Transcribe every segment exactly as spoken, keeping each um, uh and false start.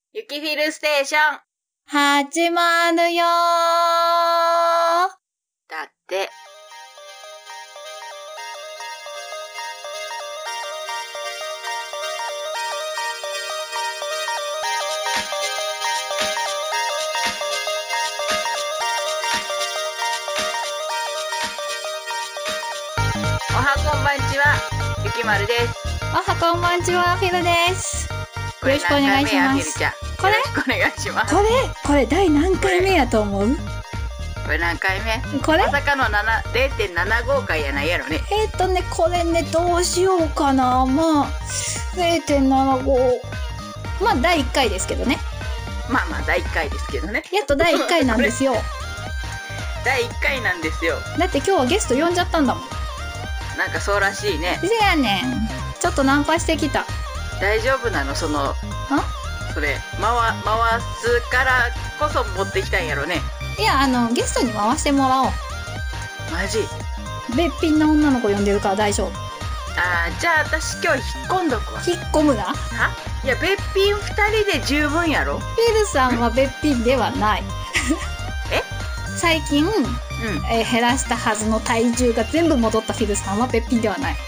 ゆきフィルステーション始まるよー。 だって。おはこんばんちは、ゆきまるです。 おはこんばんちは、フィルです。よろしくお願いします。 これよろしくお願いします。 これこれ第何回目やと思う？ これ何回目？ これまさかの ゼロてんななご 回やないやろね。 えーっとね、これね、どうしようかな。まあ ゼロてんななご、まあだいいっかいですけどね。 まあまあだいいっかいですけどね。 やっとだいいっかいなんですよ。 だいいっかいなんですよ。 だって今日はゲスト呼んじゃったんだもん。 なんかそうらしいね。 せやねん、ちょっとナンパしてきた。 大丈夫なの？そのそれ回、回すからこそ持ってきたんやろね。 いや、あのゲストに回してもらおう。 マジ？ べっぴんな女の子呼んでるから大丈夫。 あー、じゃあ私今日引っ込んどくわ。 引っ込むな。 はいや、べっぴんふたりで十分やろ。 フィルさんはべっぴんではない。 え最近、うんえー、減らしたはずの体重が全部戻ったフィルさんはべっぴんではない。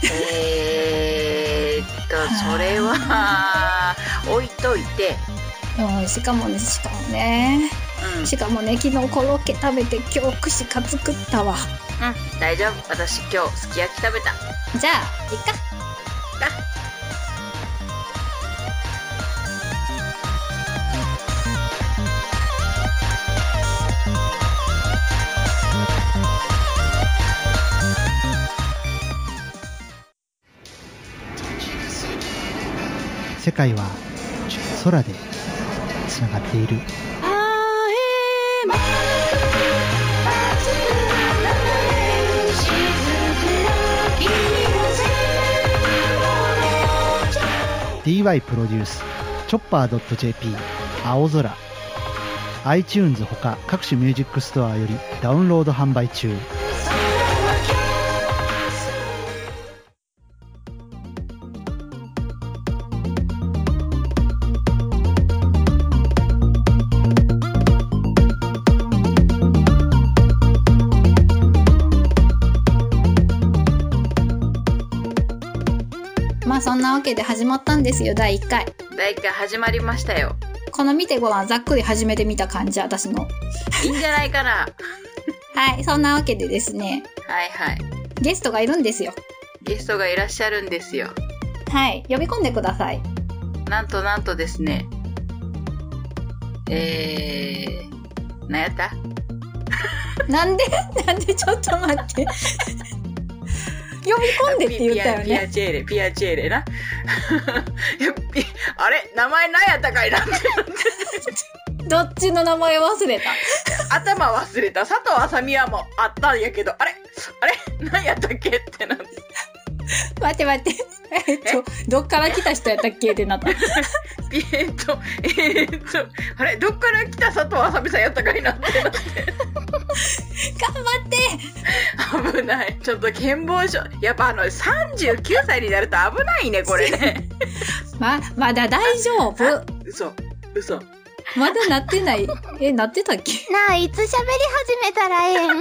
えーっとそれは置いといて、 うん、しかもねしかもね、うん、しかもね昨日コロッケ食べて今日串カツ食ったわ。 うん、大丈夫。私今日すき焼き食べた。 じゃあいっか。 世界は空でつながっている。ディーワイ プロデュースチョッパー .jp 青空 iTunes ほか各種ミュージックストアよりダウンロード販売中。 まあそんなわけで始まったんですよ、だいいっかい。 だいいっかい始まりましたよ。 この見てごらん、ざっくり始めてみた感じ、私の。 いいんじゃないかな。 はい、そんなわけでですね。 はいはい。 ゲストがいるんですよ。 ゲストがいらっしゃるんですよ。 はい、呼び込んでください。 なんとなんとですね。えー、なんやったなんでなんでちょっと待って。呼び込んでって言ったよね。 ピアチェーレ、ピアチェーレな。あれ名前何やったかいなって。 どっちの名前忘れた。 頭忘れた。佐藤あさみはもうあったんやけど、あれあれ何やったっけってなって。 待って待って。えっと、どっから来た人やったっけってなった。 えーっと、えーっと、あれどっから来た佐藤あさみさんやったかいなってなって。 頑張って。危ない。ちょっと健忘症。やっぱあの、さんじゅうきゅうさいになると危ないね、これね。 ま、まだ大丈夫。 嘘。嘘。 まだなってない。え、なってたっけ？ なあ、いつ喋り始めたらええん？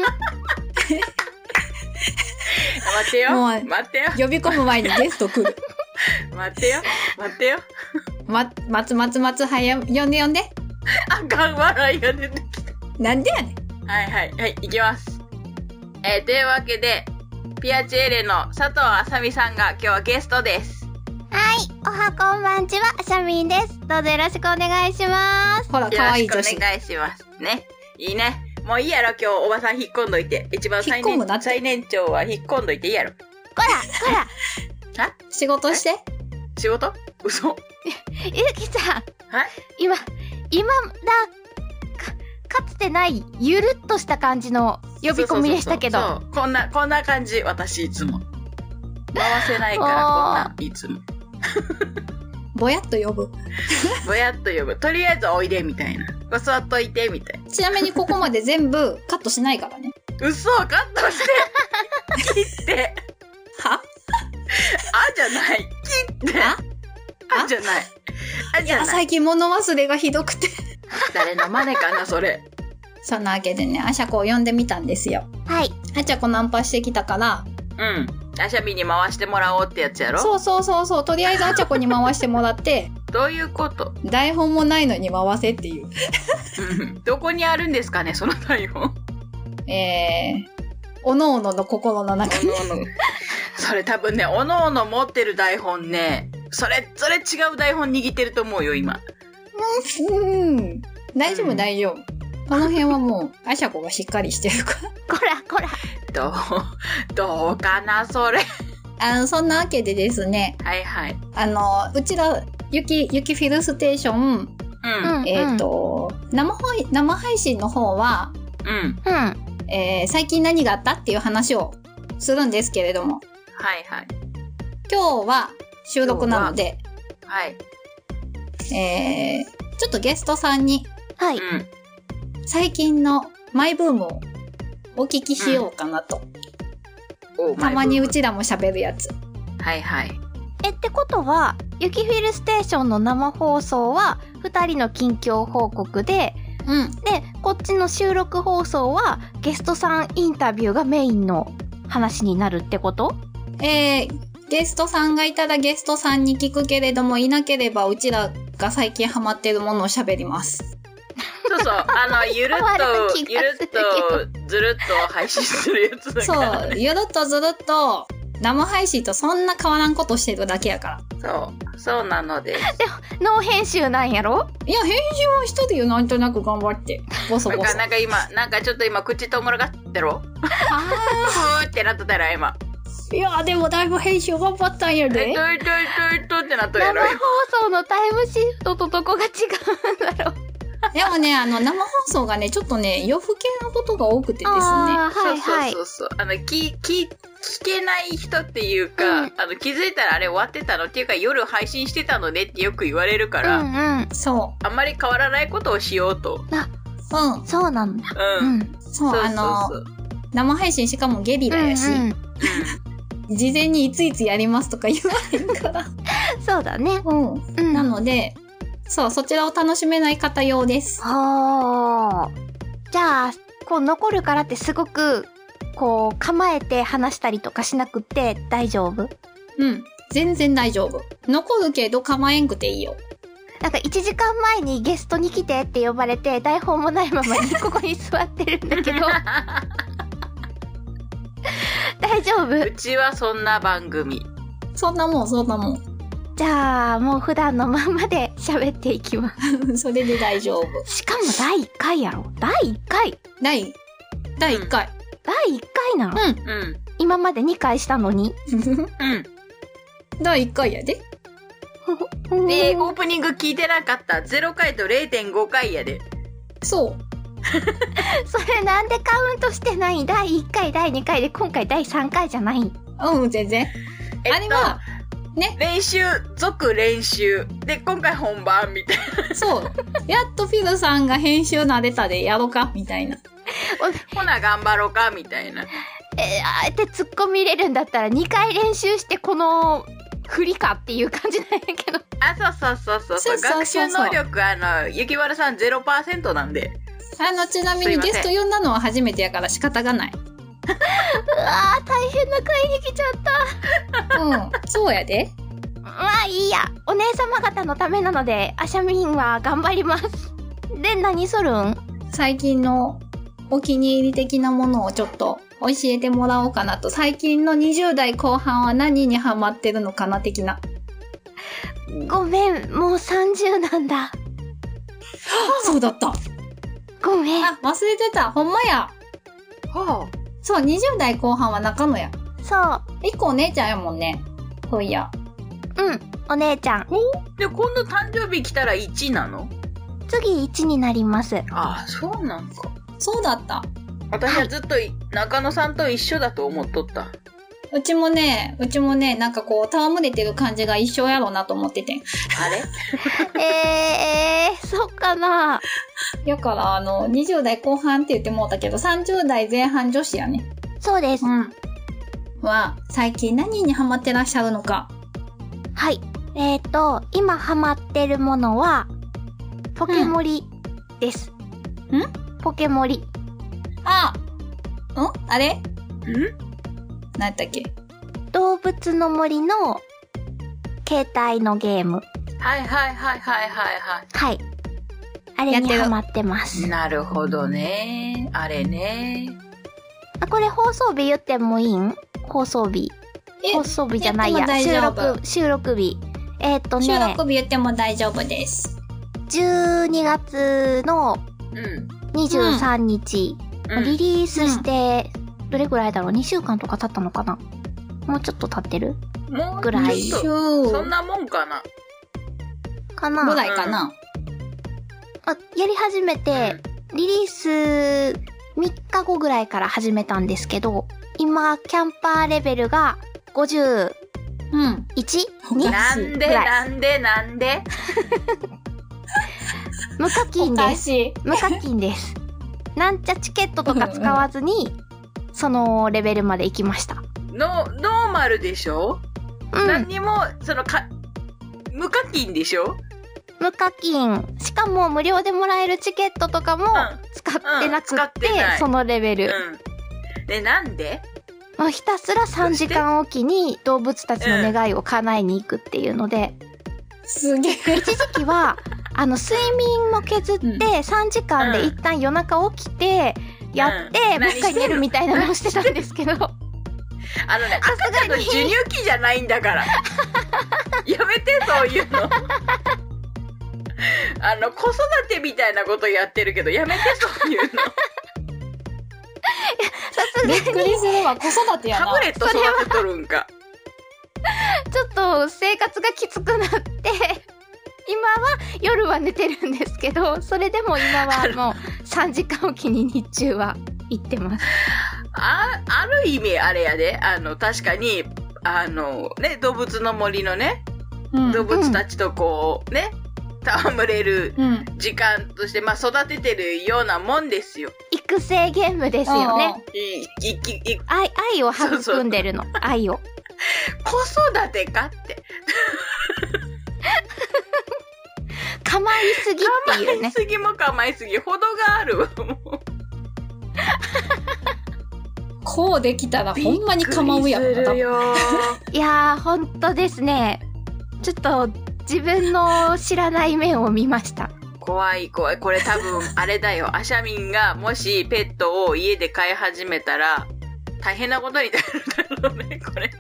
待ってよ。もう待ってよ。 呼び込む前にゲスト来る。 待ってよ。待ってよ。 ま、松松松はや、呼んで呼んで。 あかん、笑いが出てきた。 なんでやねん。 はいはい、はい、いきます。えー、というわけで、ピアチェーレの佐藤あさみさんが今日はゲストです。 はい、おはこんばんちは、あしゃみんです。どうぞよろしくお願いします。 ほら、かわいい女子。 よろしくお願いします。ね。いいね。もういいやろ、今日おばさん引っ込んどいて。一番最年最年長は引っ込んどいていいやろ。 こら、こら。は仕事して。 仕事？嘘。 ゆきさん。 はい。 今、今だ、か、かつてないゆるっとした感じの呼び込みでしたけど。 そうそうそうそう。こんな、こんな感じ、私いつも。回せないからこんな、いつも。 ぼやっと呼ぶ。 ぼやっと呼ぶ。とりあえずおいでみたいな。ご座っといてみたいな。 ちなみにここまで全部カットしないからね。 嘘、カットして。切って。 は？ あじゃない。切って。 ああじゃない。あいや、 じゃない。 最近物忘れがひどくて。 誰の真似かな、それ。 そんなわけでね、あしゃこを呼んでみたんですよ。 はい。 あちゃこナンパしてきたから、 うん。アシャミに回してもらおうってやつやろ。 そうそうそうそう、とりあえずあちゃこに回してもらって、 どういうこと？ 台本もないのに回せっていう。 どこにあるんですかね、その台本。 えー、おのおのの心の中に。 おのおのそれ多分ね、おのおの持ってる台本ね、それ、それ違う台本握ってると思うよ、今。 うん、大丈夫大丈夫。この辺はもう、あしゃこがしっかりしてるから。 こら、こら。 どう、どうかな、それ。 あの、そんなわけでですね。 はいはい。 あの、うちら、ゆき、ゆきフィルステーション、 うん。 えっと、生配、生配信の方は、 うん。 うん。 えー、最近何があったっていう話をするんですけれども。 はいはい。 今日は収録なので、 はい。 えー、ちょっとゲストさんに、 はい。 うん。 最近のマイブームをお聞きしようかなと。 おたまにうち。 ちらも喋るやつ。 はいはい。 え、ってことは、ゆきフィルステーションの生放送は、二人の近況報告で、 うん。 で、こっちの収録放送は、ゲストさんインタビューがメインの話になるってこと？ えー、ゲストさんがいたらゲストさんに聞くけれども、いなければうちらが最近ハマってるものを喋ります。 そうそう、あの、ゆるっ変わらんと、 気ゆるっがするけどと、ずるっと配信するやつだから。 そう、ゆるっとずるっと、生配信とそんな変わらんことしてるだけやから。 そう、そうなのです。 ノー編集なんやろ？ いや、編集は一人よ、なんとなく頑張って。ボソボソ。 なんか、なんか今、なんかちょっと今、口とんがらがってろあふーってなっとったら今。 ーいや、でもだいぶ編集頑張ったんやえ、 で。 トイトイトイトイってなっとるやろ。 生放送のタイムシフトとどこが違うんだろう。 でもね、あの、生放送がね、ちょっとね、夜更けのことが多くてですね。 あーはいはい。 そうそうそうそう。あの、き、き、聞けない人っていうか、 うんあの、気づいたらあれ終わってたのっていうか、夜配信してたのねってよく言われるから、 うんうん。 そあんまり変わらないことをしようと。 う。うん。 そうなんだ。 う。 うんん。 そう、 そうあのそうそう生配信しかもゲリラやし、 うんうん事前にいついつやりますとか言わへんから。 そうだね。 うん。 うん。 なので、そう、そちらを楽しめない方用です。 はー。じゃあ、こう残るからってすごく、こう構えて話したりとかしなくって大丈夫？ うん。全然大丈夫。残るけど構えんくていいよ。 なんかいちじかんまえにゲストに来てって呼ばれて台本もないままにここに座ってるんだけど大丈夫？ うちはそんな番組。 そんなもん、そんなもん。 じゃあもう普段のまんまで喋っていきますそれで大丈夫。 しかもだいいっかいやろ。だいいっかい。 第、第いっかい。 だいいっかいなの、 うん。 うん。 今までにかいしたのにうん。 第いっかいやで。 で、オープニング聞いてなかったゼロかいと れいてんごかいやで。 そう。 それなんでカウントしてない？だいいっかい、だいにかいで今回だいさんかいじゃない？ うん、全然。 えっとあれは、ね。 練習、続練習。で、今回本番みたいな。 そう。やっとフィルさんが編集慣れたでやろうかみたいな。 ほな、頑張ろうかみたいな。 えー、あえて突っ込み入れるんだったらにかい練習してこの振りかっていう感じなんやけど。 あ、そうそうそうそうそう。 そうそうそうそう学習能力、あの、ゆきわるさん ゼロパーセント なんで。 あの、ちなみにゲスト呼んだのは初めてやから仕方がない。 うわー、大変な会に来ちゃった。 うん。そうやで。 まあいいや。お姉様方のためなので、アシャミンは頑張ります。で、何するん？ 最近のお気に入り的なものをちょっと教えてもらおうかなと。最近のにじゅう代後半は何にハマってるのかな的な。 ごめん、もうさんじゅうなんだ。 そうだった。 ごめん。 あ、忘れてた。ほんまや。 はそう、にじゅう代後半は中野や。 そう。 一個お姉ちゃんやもんね。ほいや。 うん。お姉ちゃん。 で、今度誕生日来たらいちなの？ 次いちになります。 ああ、そうなんか。 そうだった。 私はずっとい中野さんと一緒だと思っとった。 うちもね、うちもね、なんかこう、戯れてる感じが一緒やろうなと思ってて。 あれえー、そっかな。 だから、あの、にじゅう代後半って言ってもうたけど、さんじゅう代前半女子やね。 そうです。 うん。は、最近何にハマってらっしゃるのか。 はい。 えっと、今ハマってるものは、ポケモリです。 んポケモリ。 あ、んあれん何やったっけ？ 動物の森の携帯のゲーム。 はいはいはいはいはいははい。あれやってるにハマってますい。。なるほどね。あれね。 あ、これ放送日言ってもいいん？放送日。 え放送日じゃないや。 言って収も大丈夫録、収録日。えっとね、 収録日言っても大丈夫です。 じゅうにがつのうん。 にじゅうさんにち、 うんリリースして、どれぐらいだろう ?に 週間とか経ったのかな？もうちょっと経ってるもうぐらいちょっシューとそんなもんかな。 かな？ ぐらいかな。 あ、やり始めて、リリースみっかごぐらいから始めたんですけど、今、キャンパーレベルがごじゅううん。 いち？ おになんでぐらいなんでなんで無課金おです。 かしい。 無課金です。なんちゃチケットとか使わずに、そのレベルまで行きました。 ノノーマルでしょ、 うん。 何にも、そのか、無課金でしょ無課金。しかも無料でもらえるチケットとかもん使ってなくうん使って、 ってないそのレベル。 うん。で、なんでもうひたすらさんじかんおきに動物たちの願いを叶えに行くっていうので、 すげえ。 一時期は、あの、睡眠も削ってさんじかんで一旦夜中起きて、やって、 うんもう一回寝るみたいなのをしてたんですけど、 あのね、赤ちゃんの授乳期じゃないんだから。やめて、そういうの。あの、子育てみたいなことやってるけど、やめて、そういうの。 さすびっがにくりするわ。子育てやな。 タブレット育てとるんか。 ちょっと生活がきつくなって、今は夜は寝てるんですけど、それでも今はもうさんじかんおきに日中は行ってます。 あ、ある意味あれやで、あの、確かに、あの、ね、動物の森のね、 うん。 動物たちとこう、ね、戯れるうん。 時間として、まあ、育ててるようなもんですよ。 育成ゲームですよね。 い、い、い、い愛、愛を育んでるの。愛を。 子育てかって。 構いすぎっていうね。 構いすぎも構いすぎ、ほどがあるわ、もう。 こうできたらほんまに構うやんびっくりするよ。 いやー、ほんとですね。ちょっと自分の知らない面を見ました。 怖い怖い。これ多分、あれだよ。アシャミンがもしペットを家で飼い始めたら、大変なことになるんだろうね、これね。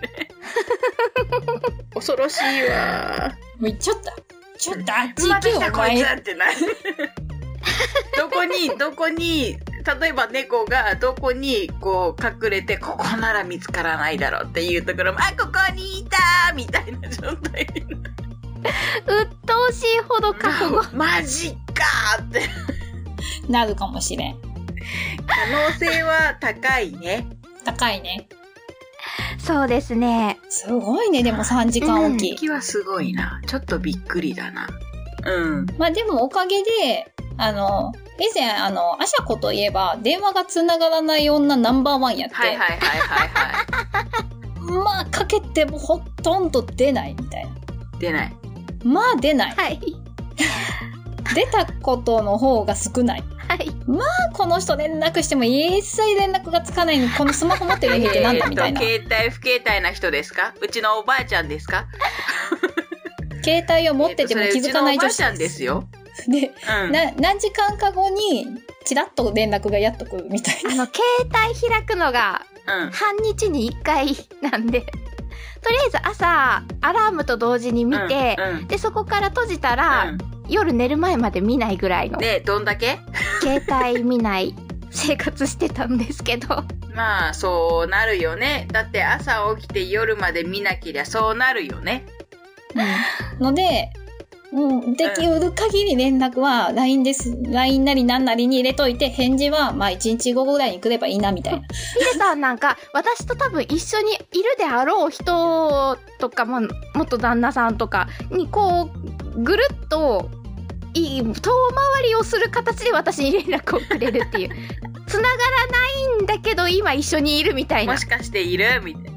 恐ろしいわ。 もうちょっと、ちょっとあっち行またけよ、お来たこいつ前。 ってなる。どこに、どこに、例えば猫がどこにこう隠れて、ここなら見つからないだろうっていうところも、あ、ここにいたーみたいな状態になる。 鬱陶しいほど過保護。 マジかーって。 なるかもしれん。 可能性は高いね。 高いね。 そうですね。 すごいね、でもさんじかんおき。 気はすごいな。ちょっとびっくりだな。うん。 まあでもおかげで、あの、以前、あの、アシャコといえば、電話が繋がらない女ナンバーワンやって、 はいはいはいはいはまあ、かけてもほとんど出ないみたいな。 い。出ない。 まあ、出ない。 はい。 出たことの方が少ない。 はい。 まあ、この人連絡しても一切連絡がつかないのに、このスマホ持ってる人ってなんだみたいな。 えーと携帯不携帯な人ですか？うちのおばあちゃんですか？ 携帯を持ってても気づかない女子えーとそれうちのおばあちゃんですよ。 で、 うん。 な、何時間か後に、チラッと連絡がやっとくるみたいな。 あの、携帯開くのがうん。 半日にいっかいなんで、とりあえず朝、アラームと同時に見て、 うんうんで、そこから閉じたら、 うん夜寝る前まで見ないぐらいの、 ねえ、どんだけ？ 携帯見ない生活してたんですけど、 まあ、そうなるよね。だって朝起きて夜まで見なけりゃそうなるよね。 うん、ので、うん、できる限り連絡は ライン です。ライン なりなんなりに入れといて、返事はまあいちにちごぐらいに来ればいいなみたいな。 ヒデさんなんか、私と多分一緒にいるであろう人とか、も元旦那さんとかにこう、ぐるっと、いい遠回りをする形で私に連絡をくれるっていう。繋がらないんだけど今一緒にいるみたいなも。しかしているみたいな。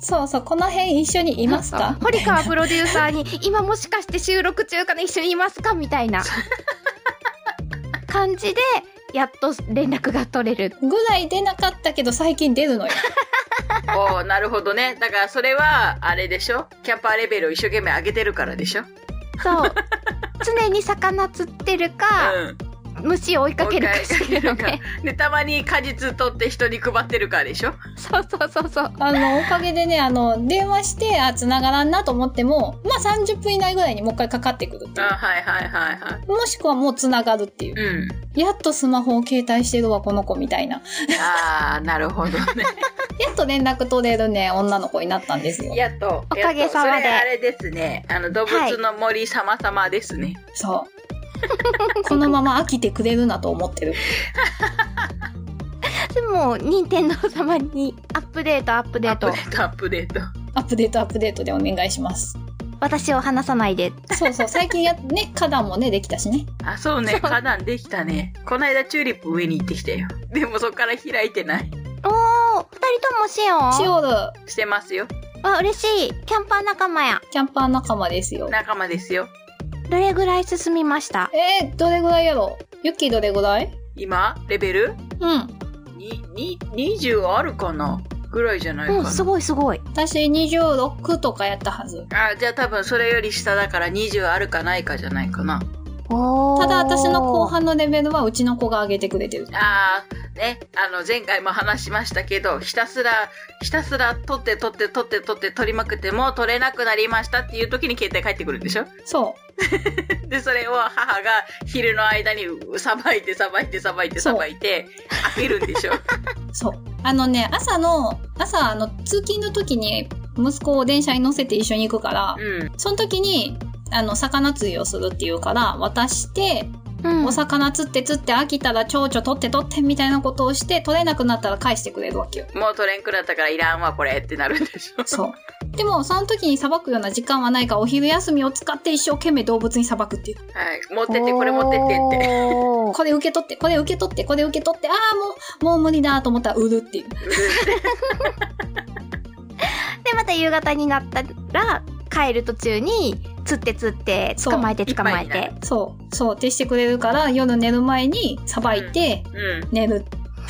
そうそう、この辺一緒にいますか？ 堀川プロデューサーに今もしかして収録中かな、一緒にいますかみたいな感じでやっと連絡が取れるぐらい出なかったけど最近出るのよ。 おー、なるほどね。だからそれはあれでしょ、キャンパーレベルを一生懸命上げてるからでしょ。 そう常に魚釣ってるか、 うん、 虫を追いかけるかしてるのね。 でたまに果実取って人に配ってるからでしょ。 そうそうそうそう。 あの、おかげでね、あの、電話して、あ、繋がらんなと思っても、まあさんじゅっぷん以内ぐらいにもう一回かかってくるっていう。 あ、はいはいはいはい。 もしくはもう繋がるっていう。 うん。 やっとスマホを携帯してるわ、この子みたいな。 あー、なるほどね。 やっと連絡取れるね、女の子になったんですよ。 やっと。 おかげさまでそれあれですね。あの、動物の森様々ですね。 そう。このまま飽きてくれるなと思ってる。 でも任天堂様にアップデートアップデートアップデートアップデート。 アップデートアップデートでお願いします。 私を離さないで。 そうそう、最近や、ね、花壇もね、できたしね。 あ、そうね。花壇できたね。この間チューリップ上に行ってきたよ。でもそこから開いてない。 おー、二人ともしよう。 しおる。 してますよ。 あ、嬉しい。キャンパー仲間や。 キャンパー仲間ですよ。 仲間ですよ。 どれぐらい進みました？ えー、どれぐらいやろ？ユッキーどれぐらい？ 今レベルうんに、に、にじゅうあるかなぐらいじゃないかな。 うん、すごいすごい。 私にじゅうろくとかやったはず。 あ、じゃあ多分それより下だからにじゅうあるかないかじゃないかな。 おー。 ただ私の後半のレベルはうちの子が上げてくれてる。 あー、ね、あの前回も話しましたけど、ひたすら、ひたすら取って取って取って取って取りまくっても取れなくなりましたっていう時に携帯返ってくるんでしょ？ そで、それを母が昼の間にさばいてさばいてさばいてさばいて開けるんでしょ？ う。そう。あのね、朝の、朝、あの、通勤の時に息子を電車に乗せて一緒に行くから、 うん。 その時に、あの、魚釣りをするっていうから、渡して、 うん、 お魚釣って釣って飽きたら蝶々取って取ってみたいなことをして、取れなくなったら返してくれるわけよ。 もう取れんくなったからいらんわこれってなるんでしょ？ そう。でも、その時にさばくような時間はないから、お昼休みを使って一生懸命動物にさばくっていう。 はい。持ってって、これ持ってってって。 おーこれ受け取って、これ受け取って、これ受け取って、ああ、もう、もう無理だと思ったら売るっていう。 で、また夕方になったら、帰る途中に、釣って釣って、捕まえて捕まえいっぱいにて。 そう、そう、ってしてくれるから、夜寝る前にさばいて、 うん。 寝る。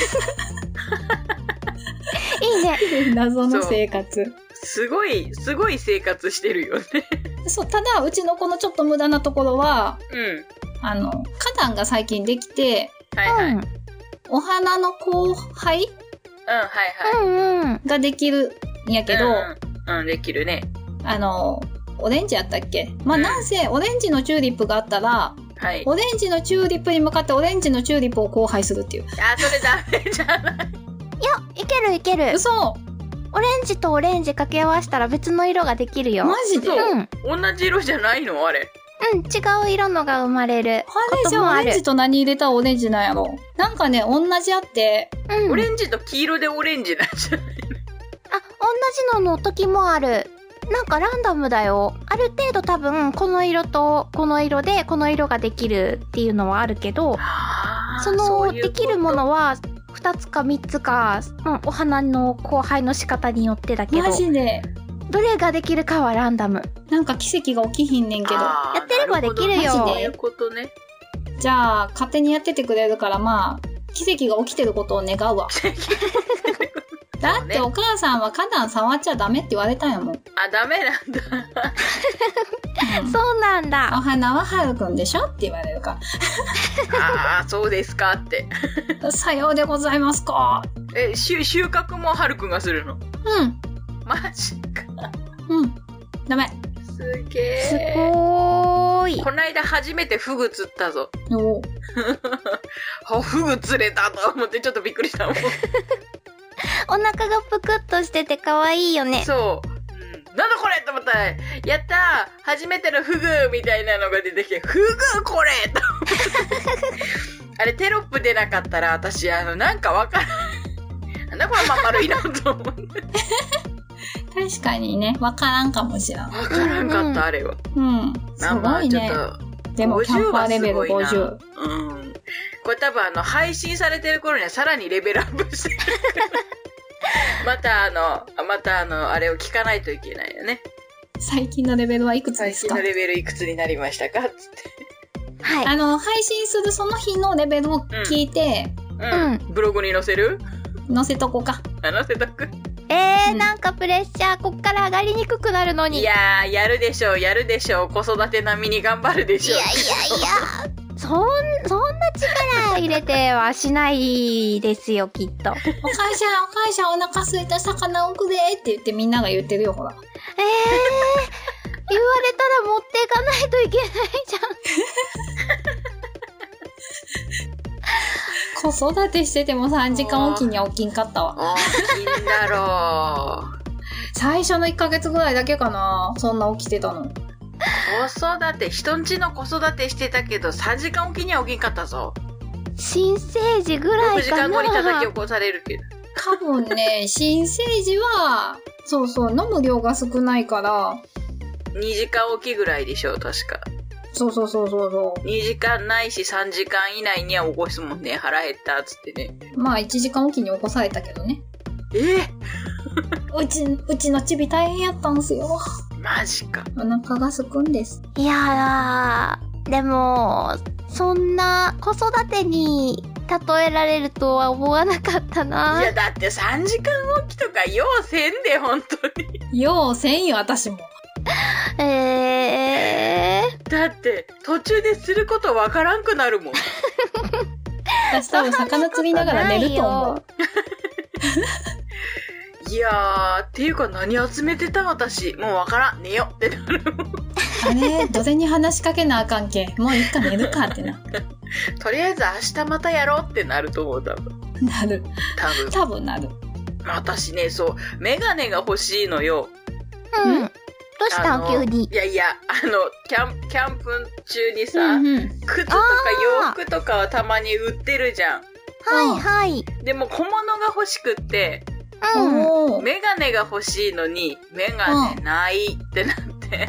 いいね。 謎の生活。 すごい、すごい生活してるよね。 そう、ただ、うちの子のちょっと無駄なところは、 うん。 あの、花壇が最近できて、 はいはい。 ううんん、 お花の交配はいはい。 うんうん。 ができるんやけど、 うん、うん、できるね。 あの、オレンジやったっけ？まあ、 うんなんせ、オレンジのチューリップがあったら、 はい。 オレンジのチューリップに向かってオレンジのチューリップを交配するっていう。 あ、それダメじゃない。 いや、いけるいける。 嘘！ オレンジとオレンジ掛け合わせたら別の色ができるよ。 マジで？ そううん。 同じ色じゃないのあれ。 うん、違う色のが生まれるこあれじゃともあるあオレンジ。と何入れたらオレンジなんやろ？なんかね、同じあって、 うん。 オレンジと黄色でオレンジなんじゃないあ、同じのの時もある。なんかランダムだよ。ある程度多分、この色とこの色でこの色ができるっていうのはあるけど、 あーそのそういうことできるものはふたつかみっつか、うん、お花の交配の仕方によってだけど、 マジで、 どれができるかはランダム。 なんか奇跡が起きひんねんけど。 あーやってればできるよなほどマジでそういうことね。 じゃあ、勝手にやっててくれるから、まあ、奇跡が起きてることを願うわ。だってお母さんは花壇触っちゃダメって言われたんやもん。 あ、ダメなんだ。 うんそうなんおだ。 花ははるくんでしょって言われるかああ、そうですかって。 ら。さようでございますか。 え、収収穫もはるくんがするの？ うん。 マジか。 うん。ダメ。 すげすえ。 ごーい。 こないだ初めてフグ釣ったぞ。 おうあ、フグ釣れたと思ってちょっとびっくりしたもん。 お腹がぷくっとしてて可愛いよね。 そう。うん、なんだこれと思ったら、やったー初めてのフグみたいなのが出てきて、フグこれと思ってあれテロップ出なかったら私、あの、なんかわからん。なんだこれまん丸いなと思って。 確かにね、わからんかもしらん。 わからんかった、 うんうんあれは。 うん。すごいね。 まあまあちょっとでも、キャンパーレベルごじゅう。 うん。これ多分あの、配信されてる頃にはさらにレベルアップしてる。 またあの、またあの、あれを聞かないといけないよね。 最近のレベルはいくつですか？ 最近のレベルいくつになりましたかつって。 はい。 あの、配信するその日のレベルを聞いて、 うん。うん、ブログに載せる？ 載せとこうか。 あ、載せとく。 えー、 うん、 なんかプレッシャー、こっから上がりにくくなるのに。 いやー、やるでしょう、やるでしょう。子育て並みに頑張るでしょう。 いやいやいや、そん、そんな力入れてはしないですよ、きっと。 お母さん、お母さん、お腹空いた魚をくれって言ってみんなが言ってるよ、ほら。 えー、言われたら持っていかないといけないじゃん。 子育てしててもさんじかんおきには起きんかったわ。 起きんだろう。 最初のいっかげつぐらいだけかな、そんな起きてたの。 子育て、人んちの子育てしてたけどさんじかんおきには起きんかったぞ。 新生児ぐらいかな。ろくじかんごに叩き起こされるけど。 多分ね、新生児は、そうそう、飲む量が少ないから。 にじかんおきぐらいでしょ、確か。 そうそうそうそうそう。 にじかんないしさんじかん以内には起こすもんね。腹減ったっつってね。 まあいちじかんおきに起こされたけどね。 えうち、うちのチビ大変やったんすよ。 マジか。 お腹がすくんです。 いやー、でも、そんな子育てに例えられるとは思わなかったな。 いや、だってさんじかんおきとかようせんで、ほんとに。 ようせんよ、私も。 えー。 だって、途中ですることわからんくなるもん。 私多分魚釣りながら寝ると思う。 いやー、っていうか何集めてた私。もうわからん。寝よってなるもん。 あれ、どれに話しかけなあかんけ。もういっか寝るかってな。 とりあえず明日またやろうってなると思う、多分。 なる。 多分。 多分なる。 私ね、そう、メガネが欲しいのよ。 うん。どうしたん急に。 いやいや、あの、キャン、キャンプ中にさ、 うんうん、 靴とか洋服とかはたまに売ってるじゃん。 はいはい。 でも小物が欲しくって、 うん。 メガネが欲しいのに、メガネないってなって、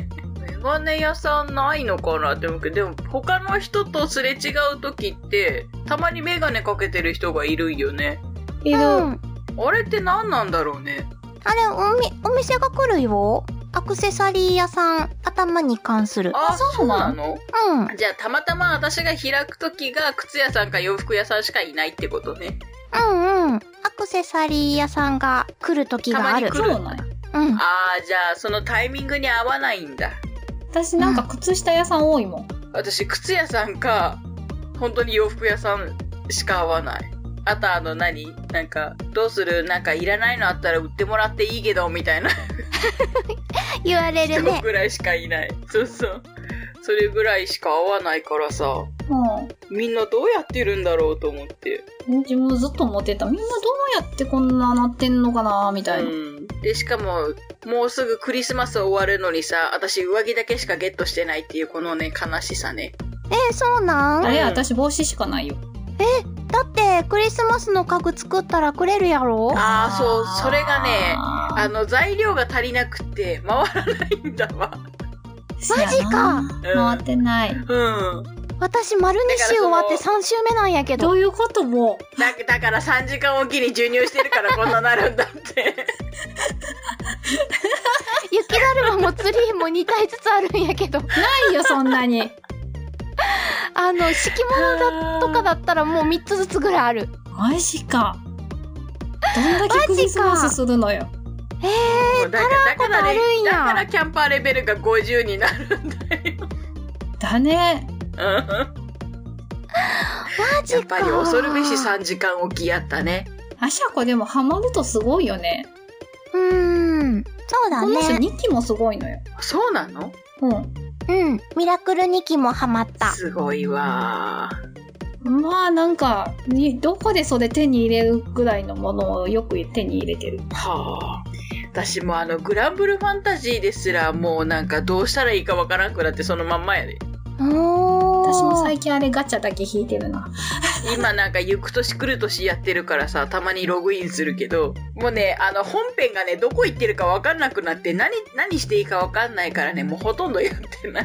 メガネ屋さんないのかなって思うけど、でも他の人とすれ違う時って、たまにメガネかけてる人がいるんよね。 いる。うん、 あれって何なんだろうね。 あれ、おみ、お店が来るよ。アクセサリー屋さん、頭に関する。 あ、そうなの？ うん。 じゃあ、たまたま私が開くときが、靴屋さんか洋服屋さんしかいないってことね。 うんうん。アクセサリー屋さんが来るときがある。 たまに来るんだ。 うん。 あー、じゃあ、そのタイミングに合わないんだ。 私なんか靴下屋さん多いもん。うん、 私、靴屋さんか、本当に洋服屋さんしか合わない。あと、あの何、なんか、どうする？なんか、いらないのあったら売ってもらっていいけど、みたいな。 言われるね。 人ぐらいしかいない。そうそう。それぐらいしか合わないからさ。うん。みんなどうやってるんだろうと思って。 自分ずっと思ってた。みんなどうやってこんななってんのかなみたいな。 うん。で、しかも、もうすぐクリスマス終わるのにさ、私上着だけしかゲットしてないっていうこのね、悲しさね。 え、そうなん？ あれ、私帽子しかないよ。 え、だってクリスマスの家具作ったらくれるやろ？ ああ、そう、それがね、あの、材料が足りなくって回らないんだわ。 マジか。 回ってない。 うん。 私、丸に週終わってさん週目なんやけど。 どういうこともだ、だからさんじかんおきに授乳してるからこんななるんだって。 雪だるまもツリーもに体ずつあるんやけど。 ないよ、そんなに。 あの、敷物だとかだったらもうみっつずつぐらいある。 マジか。どんだけクリスマスするのよ。 えー、 だからカラーコあるんや。 だからキャンパーレベルがごじゅうになるんだよ。 だね。 うん。マジか。 やっぱり恐るべしさんじかんおきやったね。 あしゃこでもハマるとすごいよね。 うーん。そうだね。 この人にきもすごいのよ。 そうなの？ うん。 うん。ミラクルにきもハマった。 すごいわー。まあなんか、に、どこでそれ手に入れるぐらいのものをよく手に入れてる。 はあ。私もあの、グランブルファンタジーですらもうなんかどうしたらいいかわからんくなってそのまんまやで。 おー。 私も最近あれガチャだけ引いてるな。 今なんか行く年来る年やってるからさ、たまにログインするけど、もうね、あの本編がね、どこ行ってるかわかんなくなって、何、何していいかわかんないからね、もうほとんどやってない。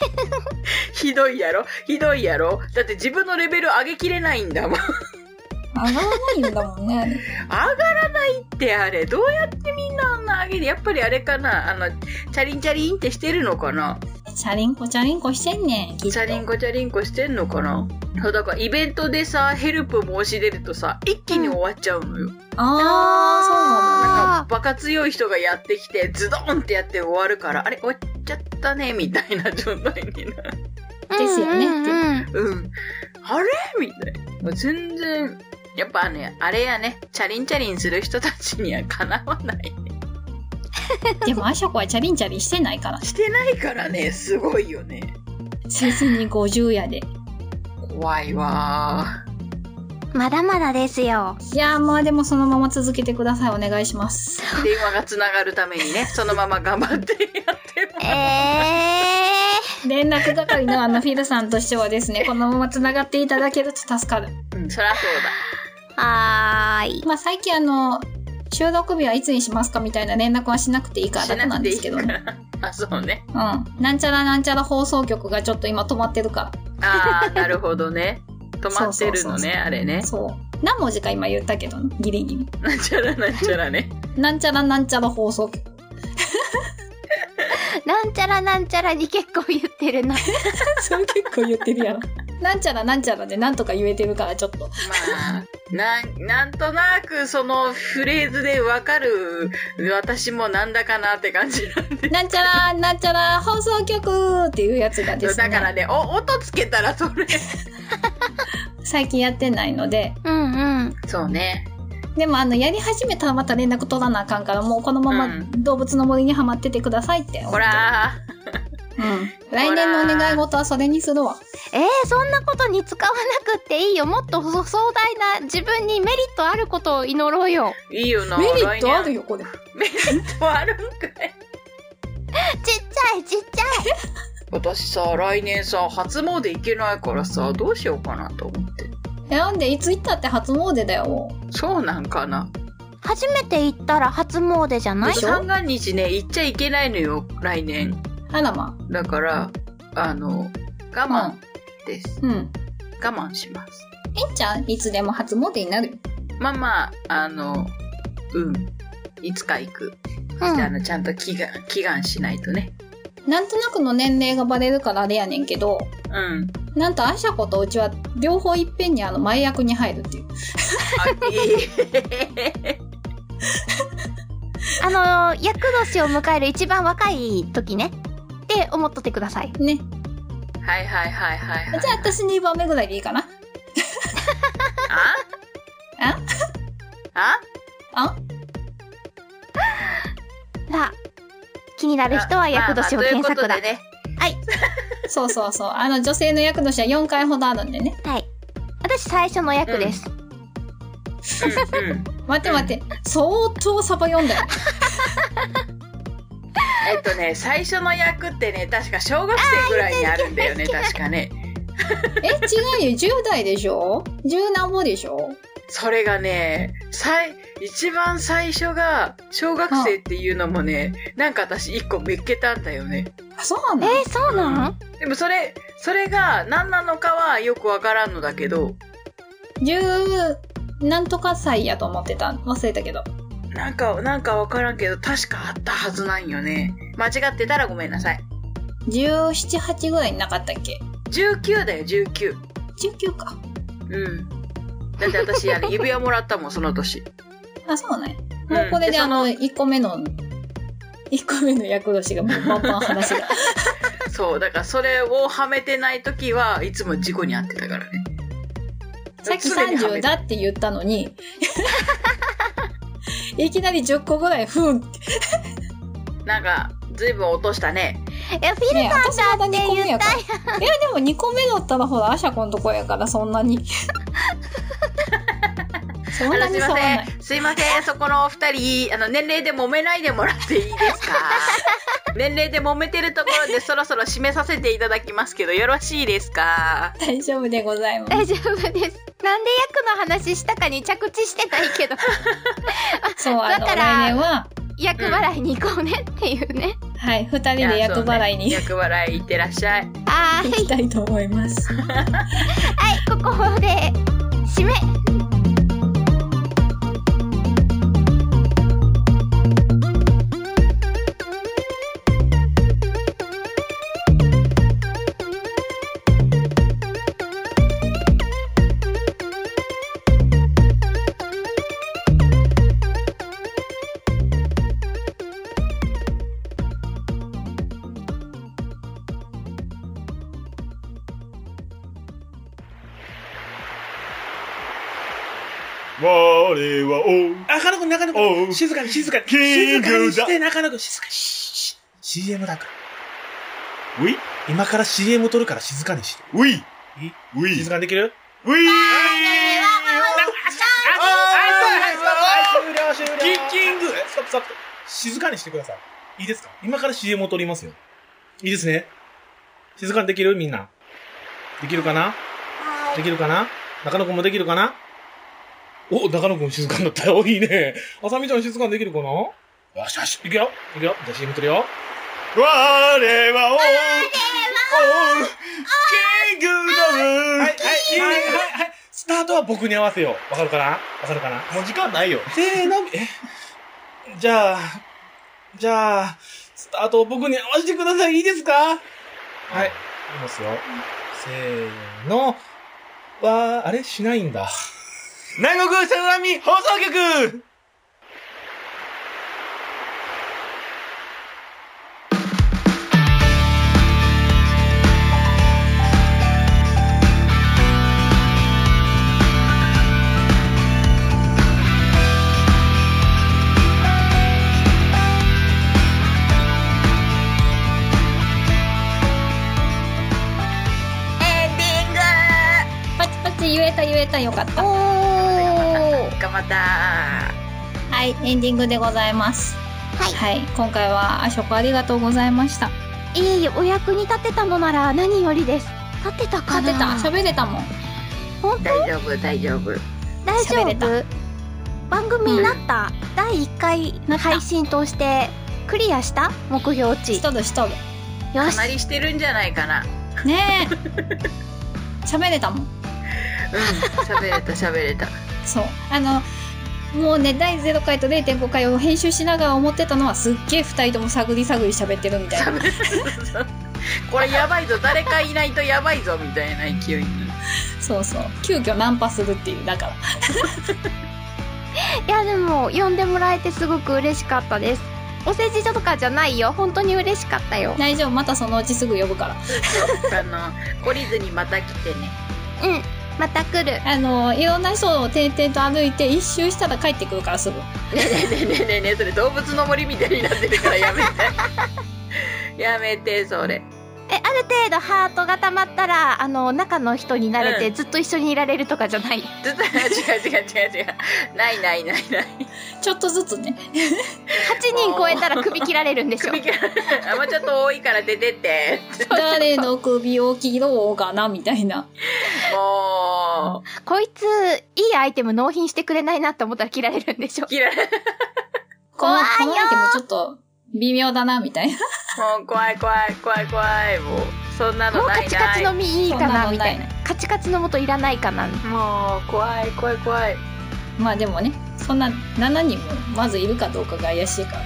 ひどいやろひどいやろだって自分のレベル上げきれないんだもん。 上がらないんだもんね。 上がらないってあれ。どうやってみんなあんな上げる？やっぱりあれかな、あの、チャリンチャリンってしてるのかな？ チャリンコチャリンコしてんねん、きっと。 チャリンコチャリンコしてんのかな？そうだからイベントでさ、ヘルプ申し出るとさ、一気に終わっちゃうのよ。 うん、あー、そうなんだ。 なんかバカ強い人がやってきて、ズドンってやって終わるから、あれ終わっちゃったね、みたいな状態になる。 ですよね、 うんうんうんうん。あれみたいな。全然、やっぱね、あれやね、チャリンチャリンする人たちにはかなわないね。 でも、あしゃこはチャリンチャリンしてないから。 してないからね、すごいよね。 せずにごじゅうやで。 怖いわまだまだですよ。 いやー、まあでもそのまま続けてください。お願いします。 ー。電話がつながるためにね、そのまま頑張ってやってます。 え連絡係のあのフィルさんとしてはですね、このまま繋がっていただけると助かる。 うん、そりゃそうー。はーい。 まあ最近あの、収録日はいつにしますかみたいな連絡はしなくていいかだ。 ら楽なんですけどね。 しなくていいから。あ、そうね。 うん。なんちゃらなんちゃら放送局がちょっと今止まってるかあー、なるほどね。止まってるのね、あれねら。。そう。何文字か今言ったけど、ギリギリ。 なんちゃらなんちゃらね。 なんちゃらなんちゃら放送局。 なんちゃらなんちゃらに結構言ってるな。 それ結構言ってるやろ。なんちゃらなんちゃらでなんとか言えてるからちょっと。 まあ、なん、なんとなくそのフレーズでわかる私もなんだかなって感じなんで。 なんちゃらなんちゃら放送局っていうやつがですね。 だからね、お、音つけたらそれ。 最近やってないので。 うんうん。 そうね。 でもあの、やり始めたらまた連絡取らなあかんから、もうこのまま動物の森にはまっててくださいって思ってる。 ほらー。うん。来年のお願い事はそれにするわ。 えー、そんなことに使わなくっていいよ。もっと壮大な自分にメリットあることを祈ろうよ。 ー。いいよな。 メリットあるよ。 よ、これ。 メリットあるんかい。 ちっちゃいちっちゃい。 私さ、来年さ、初詣行けないからさ、どうしようかなと思って。 え、なんでいつ行ったって初詣だよ、もう。 そうなんかな。 初めて行ったら初詣じゃない？ 三が日ね、行っちゃいけないのよ、来年。 あらま。 だから、あの、我慢です。 うん。 我慢します。 いいんちゃんいつでも初詣になるよ。 まあまあ、あの、うん。いつか行く。 うん。 あの、ちゃんと祈願、祈願しないとね。 なんとなくの年齢がバレるからあれやねんけど、 うん。 なんとアシャコとうちは両方いっぺんにあの前役に入るっていう。 あ、いい。 あのー、厄年を迎える一番若い時ね。って思っとってください。 ね。 はいはいはいはい、はい。 じゃあ私にばんめぐらいでいいかな。 ああああさあ、気になる人は厄年を検索だ。 まあまあということでね。 はい。 そうそうそう。あの女性の厄年はよんかいほどあるんでね。 はい。私最初の役です。 うんうん。 待って待って。相当サバ読んだよ。 えっとね、最初の役ってね、確か小学生ぐらいにあるんだよね、確かね。 え、違うよ。じゅう代でしょ ?じゅう 何ぼでしょそれがね、最、一番最初が小学生っていうのもね、なんか私一個めっけたんだよね。 あ、そうなのえー、そうなの？ でもそれ、それが何なのかはよくわからんのだけど、 じゅうなんとか歳やと思ってた。忘れたけど。 なんか、なんかわからんけど、確かあったはずなんよね。間違ってたらごめんなさい。 じゅうなな、はちぐらいになかったっけ ? じゅうきゅうだよ、じゅうきゅう。 じゅうきゅうか。 うん。だって私、あの、指輪もらったもん、その年。 あ、そうね。 うんもうこれででそのあの、いっこめの、いっこめの厄年がもうバンバン話が。 そう、だからそれをはめてない時はいつも事故に遭ってたからね。 さっきさんじゅうだって言ったのに、いきなりじゅっこぐらい、ふんって。 なんか、ずいぶん落としたね。 え、フィルさんだって言ったよ。 いや、でもにこめだったらほら、アシャコのとこやからそんなに。そんなあの、すいまに差はない。 せん。すいません。そこのお二人、あの、年齢で揉めないでもらっていいですか？年齢で揉めてるところでそろそろ締めさせていただきますけど、よろしいですか？ 大丈夫でございます。 大丈夫です。なんで役の話したかに着地してないけど。 そう、あの、 だから来年は、 役払いに行こうねっていうね。 はい、二人で厄払いにやそうね、厄払い行ってらっしゃい。 はーい。 行きたいと思います。 はい、ここで、締め。 我はおあ、中野くん、中野くん、静かに静かに。静かにして、中野くん、静かに。シーエム だから。うい今から シーエム 撮るから静かにして。ういうい静かにできるういー終了終了キッキングストップストップ静かにしてください。いいですか今から シーエム を撮りますよ。いいですね静かにできるみんな。できるかなできるかな中野くんもできるかなお、中野くん静かになったよ。いいね。あさみちゃん静かにできるかなよしよし。いくよ。いくよ。じゃあ シーエム 撮るよ。我はおキングダムはいはいはいはいスタートは僕に合わせよう。わかるかなわかるかなもう時間ないよ。せーの、えじゃあ、じゃあ、スタートを僕に合わせてください。いいですかはい。いきますよ。せーの。わー、あれしないんだ。南国さざみ放送局言えた言えたよかった。 おー頑張ったはい、エンディングでございます。 はい、 はい、今回はあしょこありがとうございました。 いえいえ、お役に立てたのなら何よりです。立てたかな。 立てた、喋れたもん。 本当？ 大丈夫大丈夫大丈夫。番組になった、うん、だいいっかい配信としてクリアした目標値。 しとるしとる。 よし。かなりしてるんじゃないかな。 ねえ。喋れたもん。 うん、喋れた喋れた。 そうあのもうねだいゼロかいと れいてんごかいを編集しながら思ってたのはすっげえふたりとも探り探り喋ってるみたいなこれやばいぞ誰かいないとやばいぞみたいな勢いにそうそう急遽ナンパするっていうだからいやでも呼んでもらえてすごく嬉しかったです。お世辞とかじゃないよ、本当に嬉しかったよ。 大丈夫、またそのうちすぐ呼ぶからあの懲りずにまた来てね。 うんまた来る。 あのいろんな人を転々と歩いて一周したら帰ってくるからすぐ。ねえねえねえねえねえそれ動物の森みたいになってるからやめてやめてそれ。 えある程度ハートがたまったらあの中の人になれて、うん、ずっと一緒にいられるとかじゃない。 ずっと違う違う違う違うないないないないちょっとずつねはちにん超えたら首切られるんでしょ。 首切られるあもうちょっと多いから出てって誰の首を切ろうかなみたいな。 もうこいついいアイテム納品してくれないなって思ったら切られるんでしょ。 切られる怖いよ。このアイテムちょっと微妙だなみたいな。 もう怖い怖い怖い怖い。もうそんなのないない。 もうカチカチの実いいかなみたいな。カチカチの素いらないかな。 もう怖い怖い怖い。 まあでもねそんなななにんもまずいるかどうかが怪しいから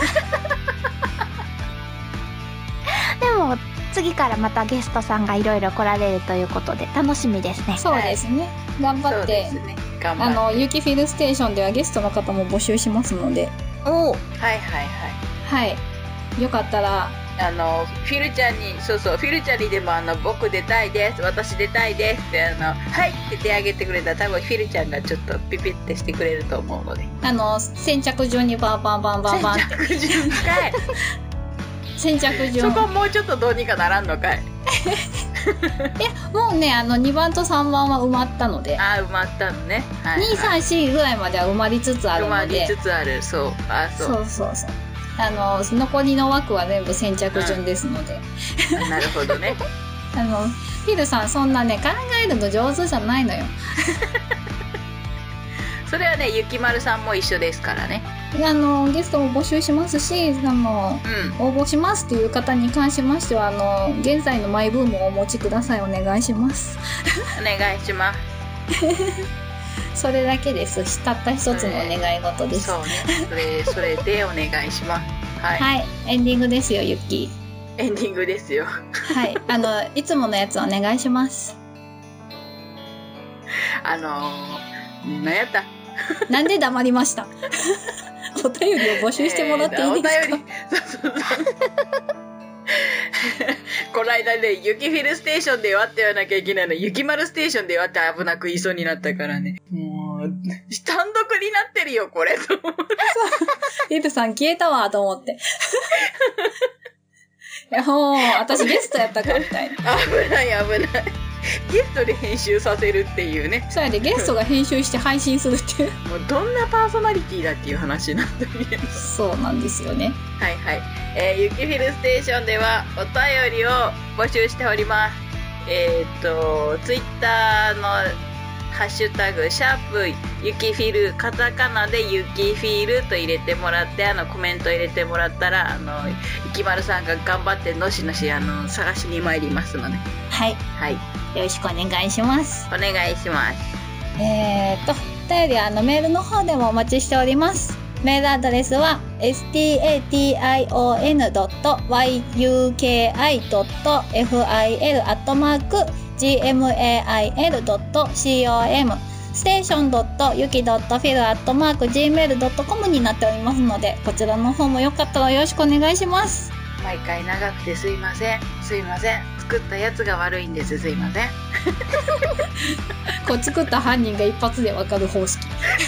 でも次からまたゲストさんがいろいろ来られるということで楽しみですね。 そうですね、はい、頑張って、ね、頑張ってあのユキフィルステーションではゲストの方も募集しますので。 おはいはいはいはいよかったらあのフィルちゃんにそうそうフィルちゃんにでもあの僕出たいです私出たいですってあのはいって手挙げてくれたら多分フィルちゃんがちょっとピピってしてくれると思うのであの先着順にバンバンバンバンバンって先着順かい先着順そこもうちょっとどうにかならんのかいいやもうねあのにばんとさんばんは埋まったのであ埋まったのね、はいはい、 にさんしぐらいまでは埋まりつつあるので埋まりつつあるそうあそうそうそうそうあの残りの枠は全部先着順ですので、 うん、なるほどねあのフィルさんそんなね考えるの上手じゃないのよそれはねゆきまるさんも一緒ですからね。 あのゲストも募集しますしあの、うん、応募しますっていう方に関しましてはあの現在のマイブームをお持ちください。お願いしますお願いしますそれだけです。たった一つのお願い事です。 そうねそれそれでお願いしますはい、 はい、エンディングですよゆっきーエンディングですよはいあのいつものやつお願いしますあのー、何やったなんで黙りましたお便りを募集してもらっていいですか、えー、お便りそうそうそうこの間ねユキフィルステーションで割って言わなきゃいけないのユキマルステーションで割って危なく言いそうになったからねもうもう、単独になってるよ、これ。と思って。 リルさん消えたわ、と思って。いや、もう、私ゲストやったか、みたいな。 危ない、危ない。ゲストで編集させるっていうね。 そうやで、ゲストが編集して配信するっていう。 もうどんなパーソナリティだっていう話なんだけど。 そうなんですよね。 はいはい。えー、ゆきフィルステーションではお便りを募集しております。えっと、ツイッターのハッシュタグ、シャープ、ゆきフィル、カタカナでゆきフィルと入れてもらって、あの、コメント入れてもらったら、あの、いきまるさんが頑張ってのしのし、あの、探しに参りますので。 はい。 はい。 よろしくお願いします。 お願いします。 えーと、お便りはあのメールの方でもお待ちしております。メールアドレスは エスティーエーティーアイオーエヌドットワイユーケーアイドットエフアイエル アットマーク ジーエムエーアイエルドットコム ステーション ユキ フィル アットマーク ジーメール ドットコム になっておりますので、こちらの方もよかったらよろしくお願いします。 毎回長くてすいません。すいません。作ったやつが悪いんです。すいません。 こう作った犯人が一発でわかる方式。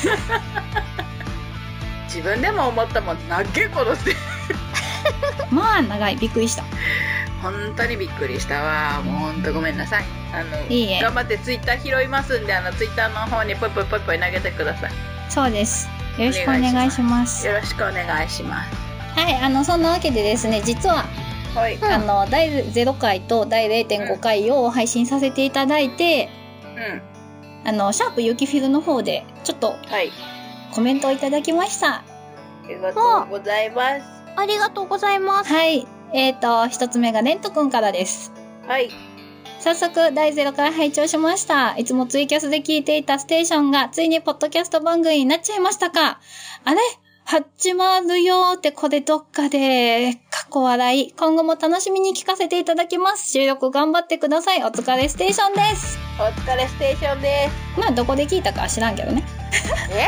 自分でも思ったもん。なっけこのってまあ長い。びっくりした。 本当にびっくりしたわ。もう本当ごめんなさい。あのいいえ、 頑張ってツイッター拾いますんで、あのツイッターの方にポイポイポイポイ投げてください。 そうです。よろしくお願いします。 よろしくお願いします。 はい、あのそんなわけでですね、実は、 はい、 あのだいゼロかいとだい れいてんご 回を配信させていただいて、うん、あのシャープゆきフィルの方でちょっとコメントをいただきました。 ありがとうございます。 ありがとうございます。 はい、えーと一つ目がレントくんからです。 はい。 早速だいゼロから拝聴しました。いつもツイキャスで聞いていたステーションがついにポッドキャスト番組になっちゃいましたか。あれ始まるよーってこれどっかで過去笑い。今後も楽しみに聞かせていただきます。収録頑張ってください。お疲れステーションです。 お疲れステーションです。 まあどこで聞いたかは知らんけどね。 え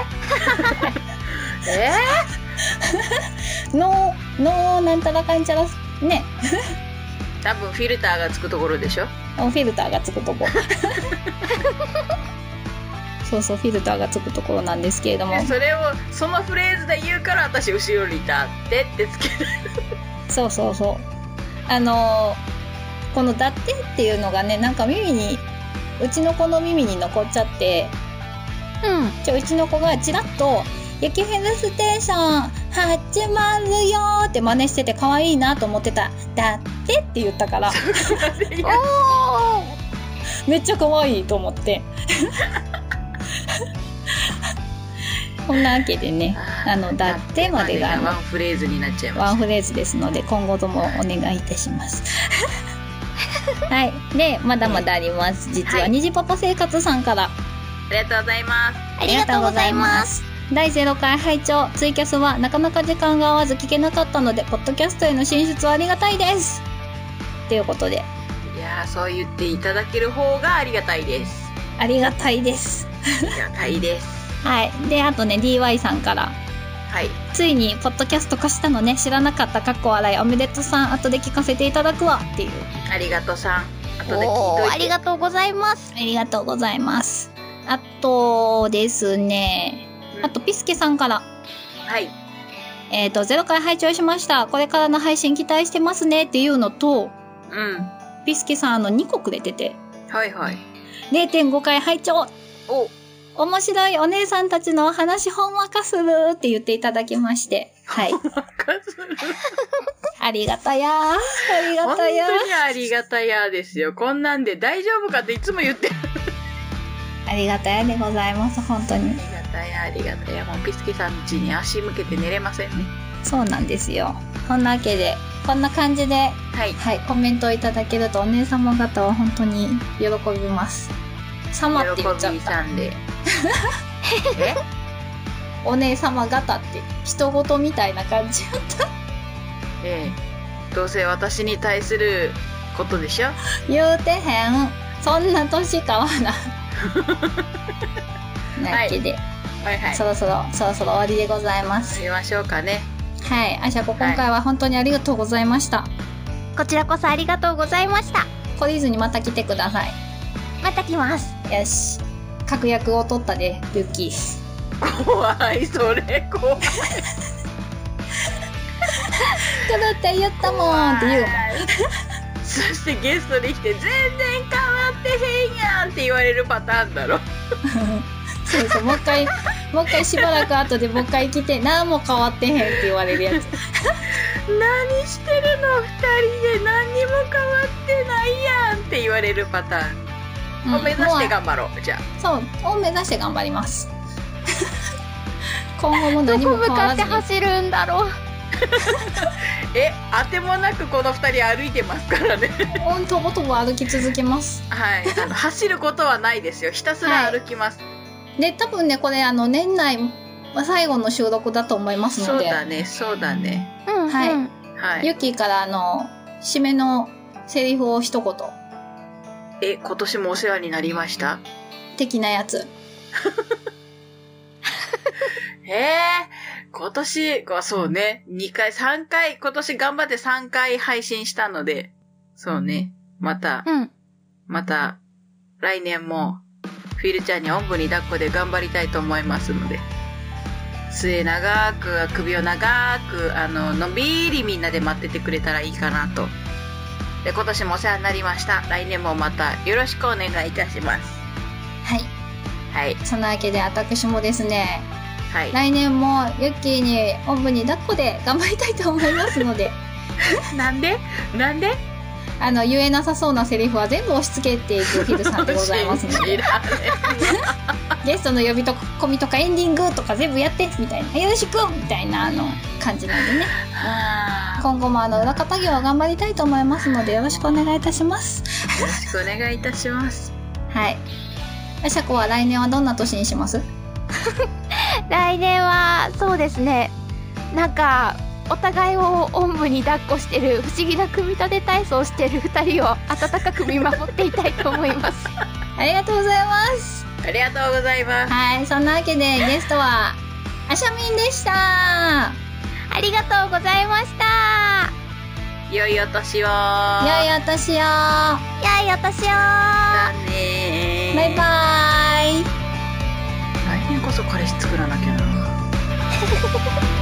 えののなんたらかんちゃらね。 多分フィルターがつくところでしょ。 フィルターがつくところ。そうそう、フィルターがつくところなんですけれども、 それをそのフレーズで言うから私後ろに立ってってつける。そうそうそう、あのー、このだってっていうのがね、なんか耳にうちの子の耳に残っちゃって、うん、ちょうちの子がチラッとゆきフィルステーション始まるよーって真似してて可愛いなと思ってた。だってって言ったからおめっちゃ可愛いと思ってこんなわけでね、あのだってまでがワンフレーズになっちゃいました。 ワンフレーズですので今後ともお願いいたしますはい。でまだまだあります。実は、はい、虹パパ生活さんからありがとうございます。 ありがとうございます。 だいゼロかい拝聴。ツイキャスはなかなか時間が合わず聞けなかったのでポッドキャストへの進出はありがたいですということで、 いやー、そう言っていただける方がありがたいです。 ありがたいですありがたいですはい。であとね ディーワイ さんから、 はい、 ついにポッドキャスト化したのね、知らなかった。かっこ笑い。おめでとうさん、後で聞かせていただくわっていう。 ありがとうさん、後で聞いといて。 ありがとうございます。 ありがとうございます。あとですね、あとピスケさんから、 はい、 えっとゼロかい拝聴しました。これからの配信期待してますねっていうのと、 うん、 ピスケさんあのにこくれてて、 はいはい、 れいてんごかい拝聴。 お面白いお姉さんたちのお話ほんわかするって言っていただきまして、はい。ほんわかするありがたやー。ありがたやー。 本当にありがたやですよ。こんなんで大丈夫かっていつも言ってる。 ありがたやでございます、本当に。 ありがたや、ありがたや。もうピスケさん家に足向けて寝れませんね。 そうなんですよ。こんなわけで、こんな感じで、はい、はい、コメントをいただけるとお姉様方は本当に喜びます。様って言っちゃった。喜びさんで。え？お姉様方って人事みたいな感じだった。 ええ、どうせ私に対することでしょ。 言うてへん。そんな年変わらん。なわけで、はいはいはい、そろそろそろそろ終わりでございます。 終わりましょうかね。 はい、あしゃこ今回は本当にありがとうございました、はい、 こちらこそありがとうございました。 懲りずにまた来てください。 また来ます。 よし。 確約を取ったで、ユッキー。 怖い、それ怖い。 ただって言ったもんって言うもん。 そしてゲストに来て全然変わってへんやんって言われるパターンだろ。 そうそう、もう一回もう一回しばらく後でもう一回来て何も変わってへんって言われるやつ。 何してるの二人で、何にも変わってないやんって言われるパターンを目指して頑張ろう、じゃあ。 そうを目指して頑張ります。今後も何も変わらずに。 どこ向かって走るんだろう。 え、当てもなくこの二人歩いてますからね。 ほんとぼとぼ歩き続けます。 はい、あの走ることはないですよ。ひたすら歩きます。はい、 で、多分ね、これあの年内最後の収録だと思いますので。 そうだね、そうだね。 うん、 はい、 うん、 はい。 ユッキーからあの締めのセリフを一言。 え、今年もお世話になりました。 的なやつ。 えー、今年、そうね、にかい、さんかい、今年頑張ってさんかい配信したので、そうね、また、 うん、 また、来年も、フィルちゃんにおんぶに抱っこで頑張りたいと思いますので、末長く、首を長く、あの、のんびりみんなで待っててくれたらいいかなと。で、今年もお世話になりました。来年もまたよろしくお願いいたします。 はい。 はい。 そんなわけで私もですね、 はい、 来年もユッキーにおんぶに抱っこで頑張りたいと思いますので。 なんでなんであの言えなさそうなセリフは全部押し付けていくフィルさんでございますので。ゲストの呼びと込みとかエンディングとか全部やってみたいな、よろしくみたいなあの感じなんでね。今後もあの裏方業を頑張りたいと思いますのでよろしくお願いいたします。 よろしくお願いいたします。 はい。あしゃこは来年はどんな年にします？ 来年はそうですね、なんかお互いをおんぶに抱っこしてる不思議な組み立て体操してるふたりを温かく見守っていたいと思います。 ありがとうございます。 ありがとうございます。 はい、そんなわけでゲストはあしゃみんでした。 ありがとうございました。 良いお年を。 良いお年を。 良いお年を。 だねー。 バイバーイ。 来年こそ彼氏作らなきゃな。